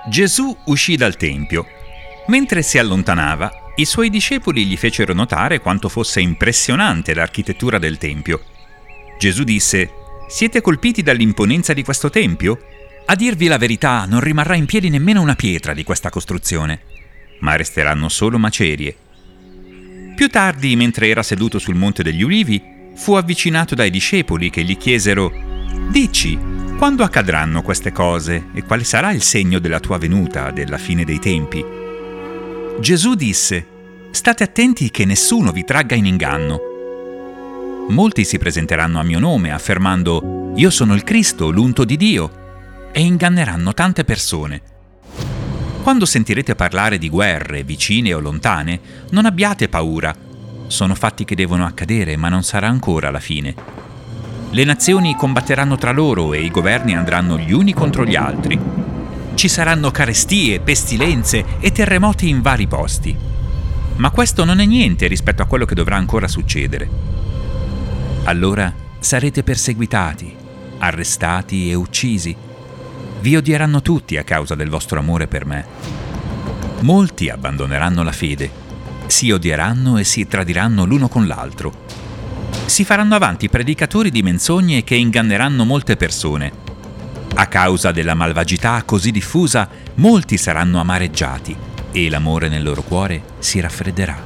Gesù uscì dal Tempio. Mentre si allontanava, i suoi discepoli gli fecero notare quanto fosse impressionante l'architettura del Tempio. Gesù disse: «Siete colpiti dall'imponenza di questo Tempio? A dirvi la verità, non rimarrà in piedi nemmeno una pietra di questa costruzione, ma resteranno solo macerie». Più tardi, mentre era seduto sul Monte degli Ulivi, fu avvicinato dai discepoli che gli chiesero: «Dici, quando accadranno queste cose e quale sarà il segno della tua venuta, della fine dei tempi?» Gesù disse: «State attenti che nessuno vi tragga in inganno. Molti si presenteranno a mio nome affermando: io sono il Cristo, l'unto di Dio, e inganneranno tante persone. Quando sentirete parlare di guerre, vicine o lontane, non abbiate paura. Sono fatti che devono accadere, ma non sarà ancora la fine. Le nazioni combatteranno tra loro e i governi andranno gli uni contro gli altri. Ci saranno carestie, pestilenze e terremoti in vari posti. Ma questo non è niente rispetto a quello che dovrà ancora succedere. Allora sarete perseguitati, arrestati e uccisi. Vi odieranno tutti a causa del vostro amore per me. Molti abbandoneranno la fede, si odieranno e si tradiranno l'uno con l'altro. Si faranno avanti predicatori di menzogne che inganneranno molte persone. A causa della malvagità così diffusa, molti saranno amareggiati e l'amore nel loro cuore si raffredderà.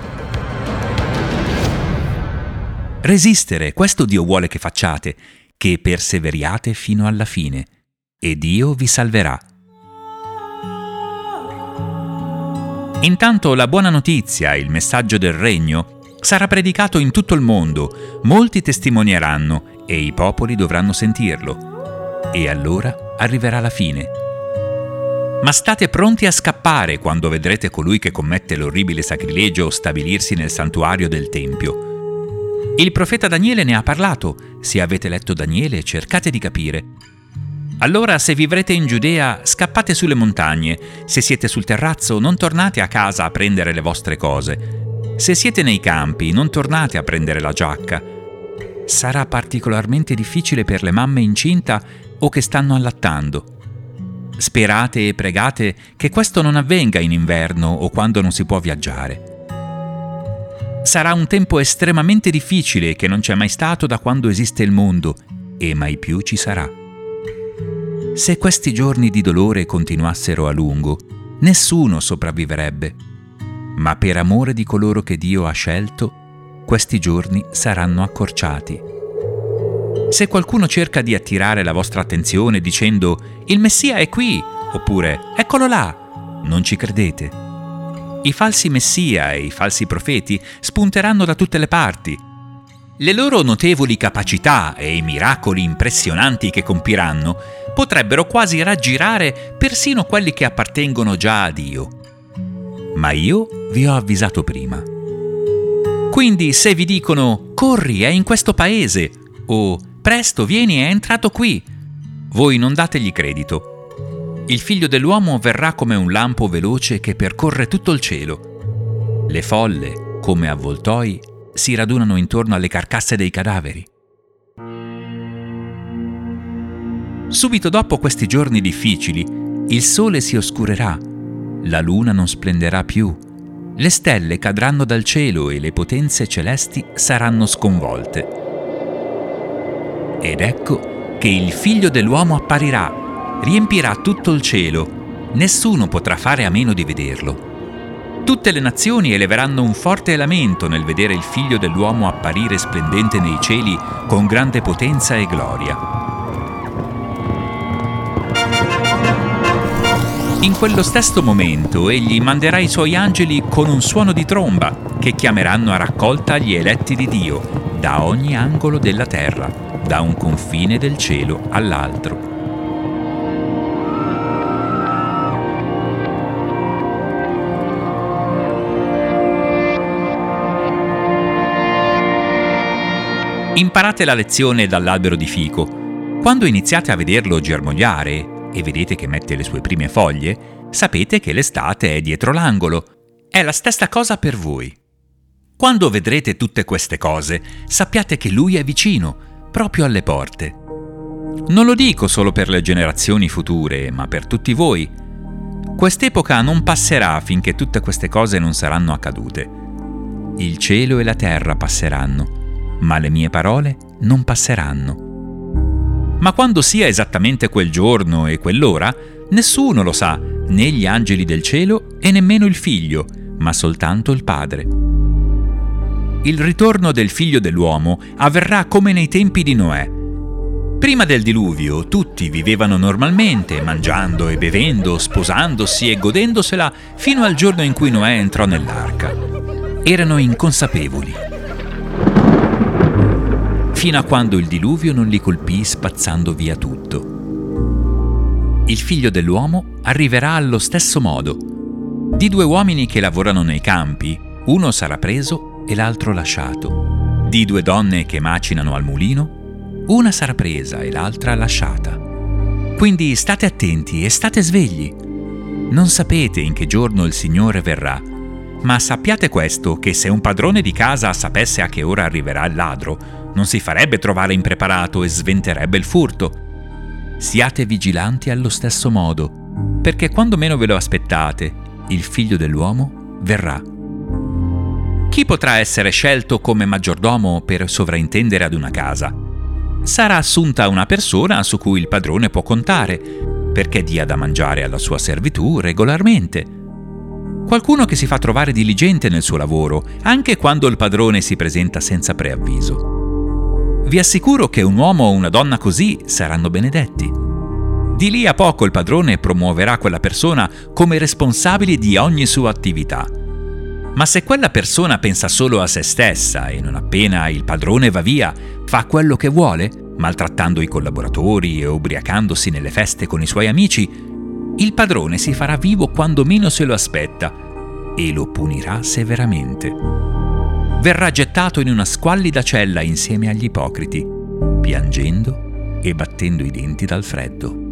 Resistere, questo Dio vuole che facciate, che perseveriate fino alla fine, e Dio vi salverà. Intanto la buona notizia, il messaggio del regno, sarà predicato in tutto il mondo, molti testimonieranno e i popoli dovranno sentirlo. E allora arriverà la fine. Ma state pronti a scappare quando vedrete colui che commette l'orribile sacrilegio stabilirsi nel santuario del Tempio. Il profeta Daniele ne ha parlato. Se avete letto Daniele, cercate di capire. Allora, se vivrete in Giudea, scappate sulle montagne. Se siete sul terrazzo, non tornate a casa a prendere le vostre cose. Se siete nei campi, non tornate a prendere la giacca. Sarà particolarmente difficile per le mamme incinta o che stanno allattando. Sperate e pregate che questo non avvenga in inverno o quando non si può viaggiare. Sarà un tempo estremamente difficile che non c'è mai stato da quando esiste il mondo e mai più ci sarà. Se questi giorni di dolore continuassero a lungo, nessuno sopravviverebbe. Ma per amore di coloro che Dio ha scelto, questi giorni saranno accorciati. Se qualcuno cerca di attirare la vostra attenzione dicendo «Il Messia è qui!» oppure «Eccolo là!», non ci credete. I falsi messia e i falsi profeti spunteranno da tutte le parti. Le loro notevoli capacità e i miracoli impressionanti che compiranno potrebbero quasi raggirare persino quelli che appartengono già a Dio. Ma io vi ho avvisato prima. Quindi se vi dicono «Corri, è in questo paese!» o «Presto, vieni, è entrato qui!», voi non dategli credito. Il figlio dell'uomo verrà come un lampo veloce che percorre tutto il cielo. Le folle, come avvoltoi, si radunano intorno alle carcasse dei cadaveri. Subito dopo questi giorni difficili, il sole si oscurerà, la luna non splenderà più, le stelle cadranno dal cielo e le potenze celesti saranno sconvolte. Ed ecco che il figlio dell'uomo apparirà, riempirà tutto il cielo, nessuno potrà fare a meno di vederlo. Tutte le nazioni eleveranno un forte lamento nel vedere il figlio dell'uomo apparire splendente nei cieli con grande potenza e gloria. In quello stesso momento egli manderà i suoi angeli con un suono di tromba che chiameranno a raccolta gli eletti di Dio da ogni angolo della terra, da un confine del cielo all'altro. Imparate la lezione dall'albero di fico. Quando iniziate a vederlo germogliare e vedete che mette le sue prime foglie, sapete che l'estate è dietro l'angolo. È la stessa cosa per voi. Quando vedrete tutte queste cose, sappiate che Lui è vicino, proprio alle porte. Non lo dico solo per le generazioni future, ma per tutti voi. Quest'epoca non passerà finché tutte queste cose non saranno accadute. Il cielo e la terra passeranno, ma le mie parole non passeranno. Ma quando sia esattamente quel giorno e quell'ora, nessuno lo sa, né gli angeli del cielo e nemmeno il Figlio, ma soltanto il Padre. Il ritorno del Figlio dell'uomo avverrà come nei tempi di Noè. Prima del diluvio tutti vivevano normalmente, mangiando e bevendo, sposandosi e godendosela fino al giorno in cui Noè entrò nell'arca. Erano inconsapevoli. Fino a quando il diluvio non li colpì spazzando via tutto. Il Figlio dell'uomo arriverà allo stesso modo. Di 2 uomini che lavorano nei campi, uno sarà preso e l'altro lasciato. Di 2 donne che macinano al mulino, una sarà presa e l'altra lasciata. Quindi state attenti e state svegli. Non sapete in che giorno il Signore verrà, ma sappiate questo, che se un padrone di casa sapesse a che ora arriverà il ladro, non si farebbe trovare impreparato e sventerebbe il furto. Siate vigilanti allo stesso modo, perché quando meno ve lo aspettate, il Figlio dell'uomo verrà. Chi potrà essere scelto come maggiordomo per sovraintendere ad una casa? Sarà assunta una persona su cui il padrone può contare, perché dia da mangiare alla sua servitù regolarmente. Qualcuno che si fa trovare diligente nel suo lavoro, anche quando il padrone si presenta senza preavviso. Vi assicuro che un uomo o una donna così saranno benedetti. Di lì a poco il padrone promuoverà quella persona come responsabile di ogni sua attività. Ma se quella persona pensa solo a se stessa e non appena il padrone va via, fa quello che vuole, maltrattando i collaboratori e ubriacandosi nelle feste con i suoi amici, il padrone si farà vivo quando meno se lo aspetta e lo punirà severamente. Verrà gettato in una squallida cella insieme agli ipocriti, piangendo e battendo i denti dal freddo.